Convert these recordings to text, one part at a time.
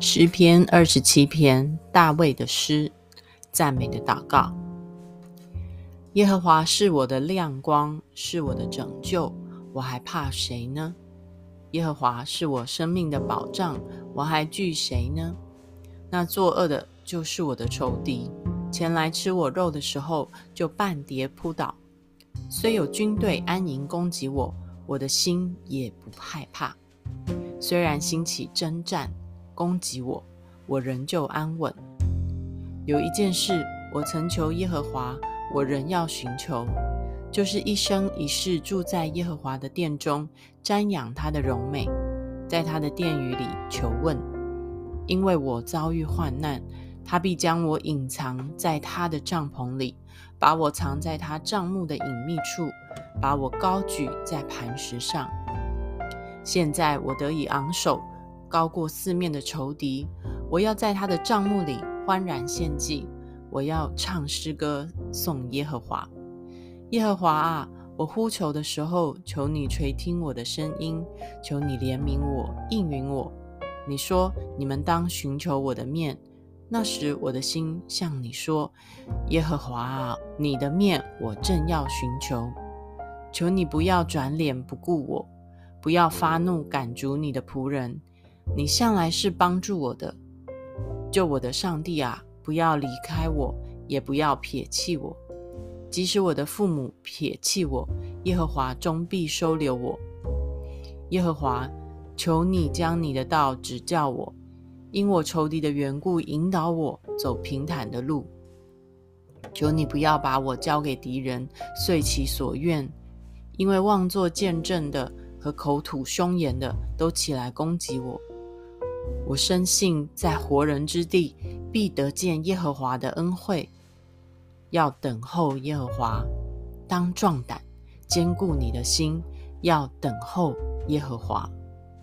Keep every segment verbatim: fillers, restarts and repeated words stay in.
诗篇二十七篇，大卫的诗，赞美的祷告。耶和华是我的亮光，是我的拯救，我还怕谁呢？耶和华是我生命的保障，我还惧谁呢？那作恶的就是我的仇敌，前来吃我肉的时候，就半跌扑倒。虽有军队安营攻击我，我的心也不害怕。虽然兴起征战攻击我，我仍旧安稳。有一件事我曾求耶和华，我仍要寻求，就是一生一世住在耶和华的殿中，瞻仰他的荣美，在他的殿宇里求问。因为我遭遇患难，他必将我隐藏在他的帐篷里，把我藏在他帐幕的隐秘处，把我高举在磐石上。现在我得以昂首，高过四面的仇敌。我要在他的帐幕里欢然献祭，我要唱诗歌颂耶和华。耶和华啊，我呼求的时候，求你垂听我的声音，求你怜悯我，应允我。你说，你们当寻求我的面，那时我的心向你说，耶和华啊，你的面我正要寻求。求你不要转脸不顾我，不要发怒赶逐你的仆人。你向来是帮助我的，救我的上帝啊，不要离开我，也不要撇弃我。即使我的父母撇弃我，耶和华终必收留我。耶和华，求你将你的道指教我，因我仇敌的缘故引导我走平坦的路。求你不要把我交给敌人，遂其所愿，因为妄作见证的和口吐凶言的都起来攻击我。我深信在活人之地必得见耶和华的恩惠。要等候耶和华，当壮胆，坚固你的心，要等候耶和华。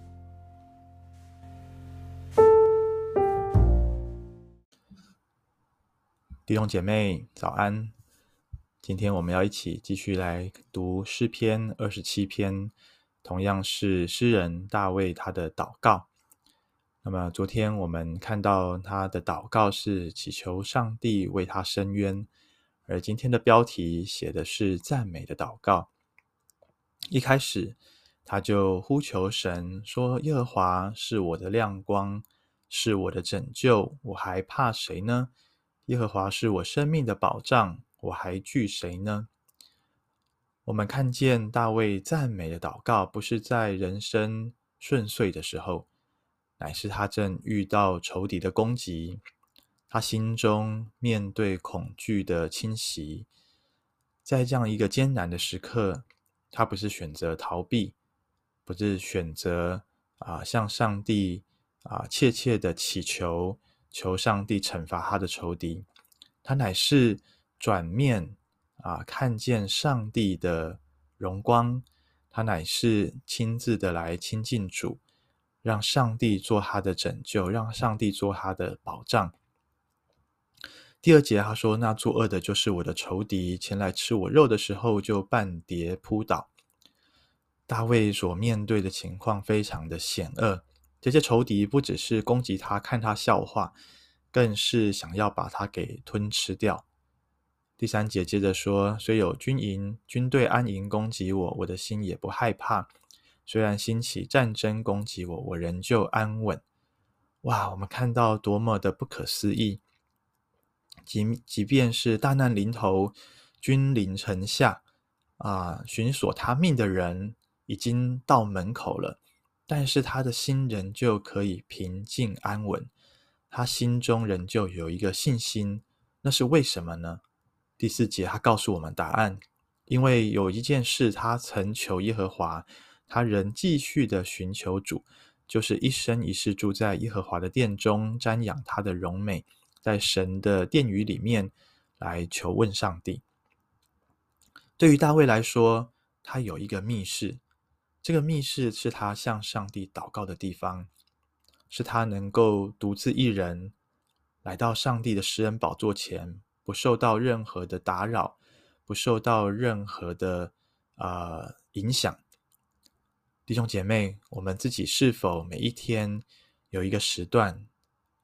弟兄姐妹早安，今天我们要一起继续来读诗篇二十七篇，同样是诗人大卫他的祷告。那么昨天我们看到他的祷告是祈求上帝为他伸冤，而今天的标题写的是赞美的祷告。一开始他就呼求神说，耶和华是我的亮光，是我的拯救，我还怕谁呢？耶和华是我生命的保障，我还惧谁呢？我们看见大卫赞美的祷告，不是在人生顺遂的时候，乃是他正遇到仇敌的攻击，他心中面对恐惧的侵袭。在这样一个艰难的时刻，他不是选择逃避，不是选择、啊、向上帝、啊、切切的祈求，求上帝惩罚他的仇敌，他乃是转面啊，看见上帝的荣光，他乃是亲自的来亲近主，让上帝做他的拯救，让上帝做他的保障。第二节他说，那作恶的就是我的仇敌，前来吃我肉的时候就半跌扑倒。大卫所面对的情况非常的险恶，这些仇敌不只是攻击他看他笑话，更是想要把他给吞吃掉。第三节接着说，虽有军营军队安营攻击我，我的心也不害怕。虽然兴起战争攻击我，我仍旧安稳。哇，我们看到多么的不可思议。即即便是大难临头，君临城下啊，寻索他命的人已经到门口了，但是他的心仍旧可以平静安稳，他心中仍旧有一个信心。那是为什么呢？第四节他告诉我们答案，因为有一件事他曾求耶和华，他仍继续的寻求主，就是一生一世住在耶和华的殿中，瞻仰他的荣美，在神的殿宇里面来求问上帝。对于大卫来说，他有一个密室，这个密室是他向上帝祷告的地方，是他能够独自一人来到上帝的施恩宝座前，不受到任何的打扰，不受到任何的、呃、影响。弟兄姐妹，我们自己是否每一天有一个时段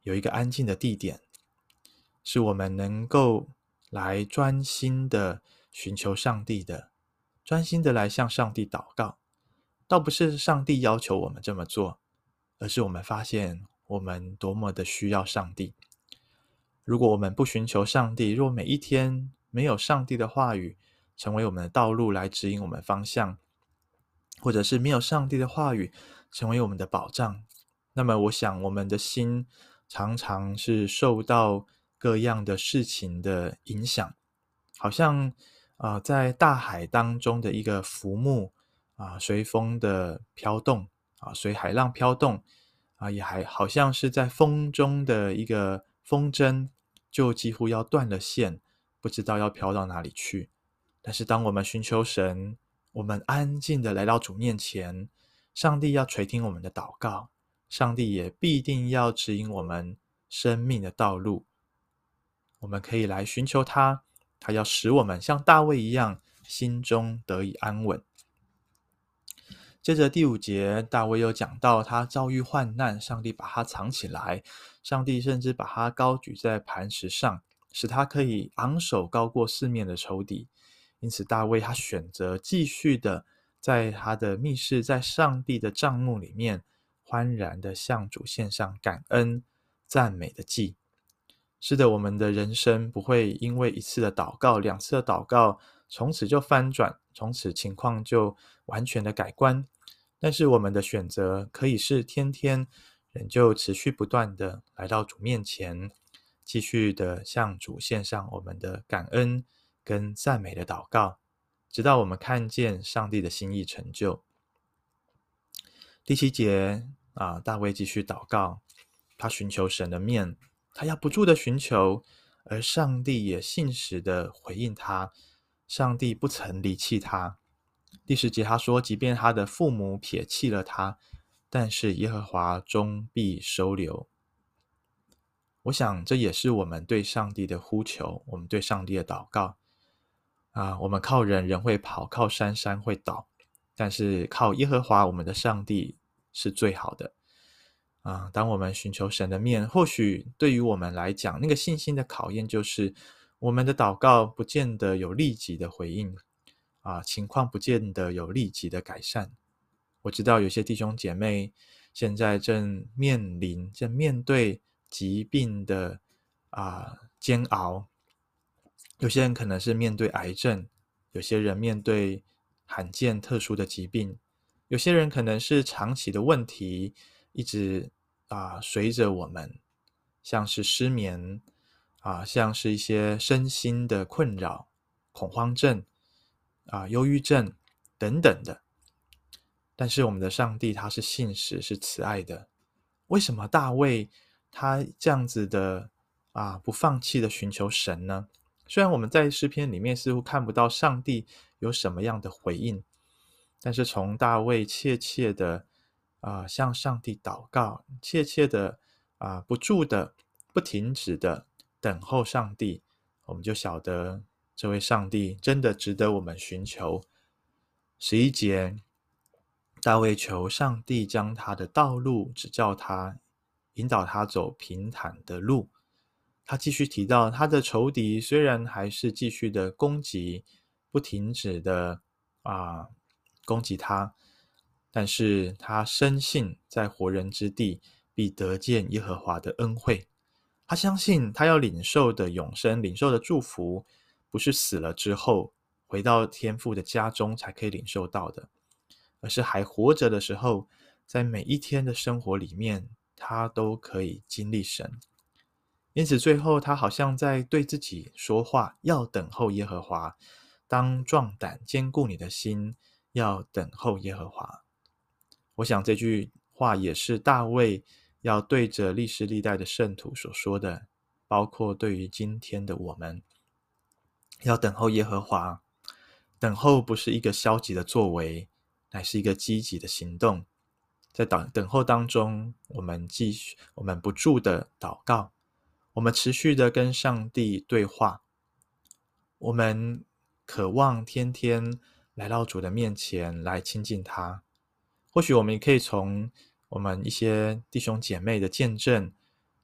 有一个安静的地点，是我们能够来专心的寻求上帝的，专心的来向上帝祷告。倒不是上帝要求我们这么做，而是我们发现我们多么的需要上帝。如果我们不寻求上帝，若每一天没有上帝的话语成为我们的道路来指引我们方向，或者是没有上帝的话语成为我们的保障，那么我想我们的心常常是受到各样的事情的影响，好像呃在大海当中的一个浮木啊、随风的飘动啊，随海浪飘动啊，也还好像是在风中的一个风筝，就几乎要断了线，不知道要飘到哪里去。但是当我们寻求神，我们安静的来到主面前，上帝要垂听我们的祷告，上帝也必定要指引我们生命的道路。我们可以来寻求他，他要使我们像大卫一样，心中得以安稳。接着第五节，大卫又讲到他遭遇患难，上帝把他藏起来，上帝甚至把他高举在磐石上，使他可以昂首高过四面的仇敌。因此大卫他选择继续的在他的密室，在上帝的帐幕里面欢然的向主献上感恩赞美的祭。是的，我们的人生不会因为一次的祷告两次的祷告从此就翻转，从此情况就完全的改观，但是我们的选择可以是天天仍旧持续不断的来到主面前，继续的向主献上我们的感恩跟赞美的祷告，直到我们看见上帝的心意成就。第七节啊，大卫继续祷告，他寻求神的面，他要不住的寻求，而上帝也信实的回应他，上帝不曾离弃他。第十节他说，即便他的父母撇弃了他，但是耶和华终必收留。我想这也是我们对上帝的呼求，我们对上帝的祷告啊，我们靠人人会跑，靠山山会倒，但是靠耶和华我们的上帝是最好的啊。当我们寻求神的面，或许对于我们来讲，那个信心的考验就是我们的祷告不见得有立即的回应啊，情况不见得有立即的改善。我知道有些弟兄姐妹现在正面临正面对疾病的啊煎熬，有些人可能是面对癌症，有些人面对罕见特殊的疾病，有些人可能是长期的问题一直啊随着我们，像是失眠啊，像是一些身心的困扰、恐慌症啊、忧郁症等等的。但是我们的上帝他是信实是慈爱的，为什么大卫他这样子的啊不放弃的寻求神呢？虽然我们在诗篇里面似乎看不到上帝有什么样的回应，但是从大卫切切的啊向上帝祷告，切切的啊不住的不停止的等候上帝，我们就晓得这位上帝真的值得我们寻求。十一节，大卫求上帝将他的道路指教他，引导他走平坦的路。他继续提到，他的仇敌虽然还是继续的攻击，不停止的啊攻击他，但是他深信在活人之地必得见耶和华的恩惠。他相信他要领受的永生，领受的祝福，不是死了之后回到天父的家中才可以领受到的，而是还活着的时候，在每一天的生活里面，他都可以经历神。因此最后他好像在对自己说话，要等候耶和华，当壮胆坚固你的心，要等候耶和华。我想这句话也是大卫要对着历世历代的圣徒所说的，包括对于今天的我们，要等候耶和华。等候不是一个消极的作为，乃是一个积极的行动。在等等候当中，我们继续，我们不住的祷告，我们持续的跟上帝对话，我们渴望天天来到主的面前来亲近他。或许我们也可以从我们一些弟兄姐妹的见证，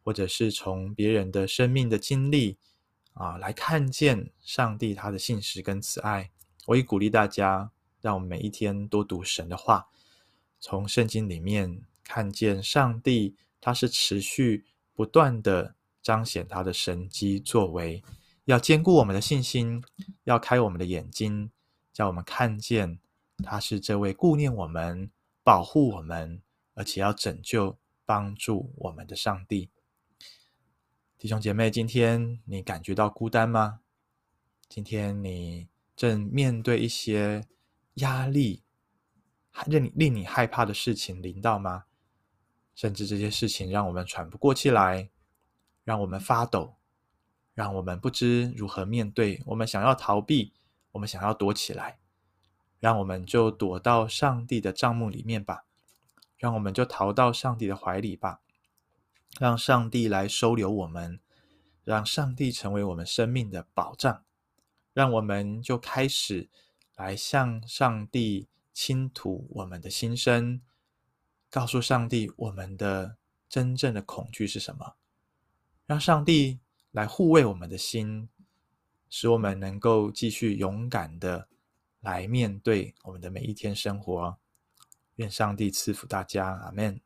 或者是从别人的生命的经历啊，来看见上帝他的信实跟慈爱。我也鼓励大家，让我们每一天多读神的话，从圣经里面看见上帝他是持续不断的彰显他的神迹作为，要坚固我们的信心，要开我们的眼睛，叫我们看见他是这位顾念我们、保护我们，而且要拯救、帮助我们的上帝。弟兄姐妹，今天你感觉到孤单吗？今天你正面对一些压力，令令你害怕的事情临到吗？甚至这些事情让我们喘不过气来，让我们发抖，让我们不知如何面对，我们想要逃避，我们想要躲起来，让我们就躲到上帝的帐幕里面吧，让我们就逃到上帝的怀里吧，让上帝来收留我们，让上帝成为我们生命的保障，让我们就开始来向上帝倾吐我们的心声，告诉上帝我们的真正的恐惧是什么，让上帝来护卫我们的心，使我们能够继续勇敢的来面对我们的每一天生活。愿上帝赐福大家，阿们。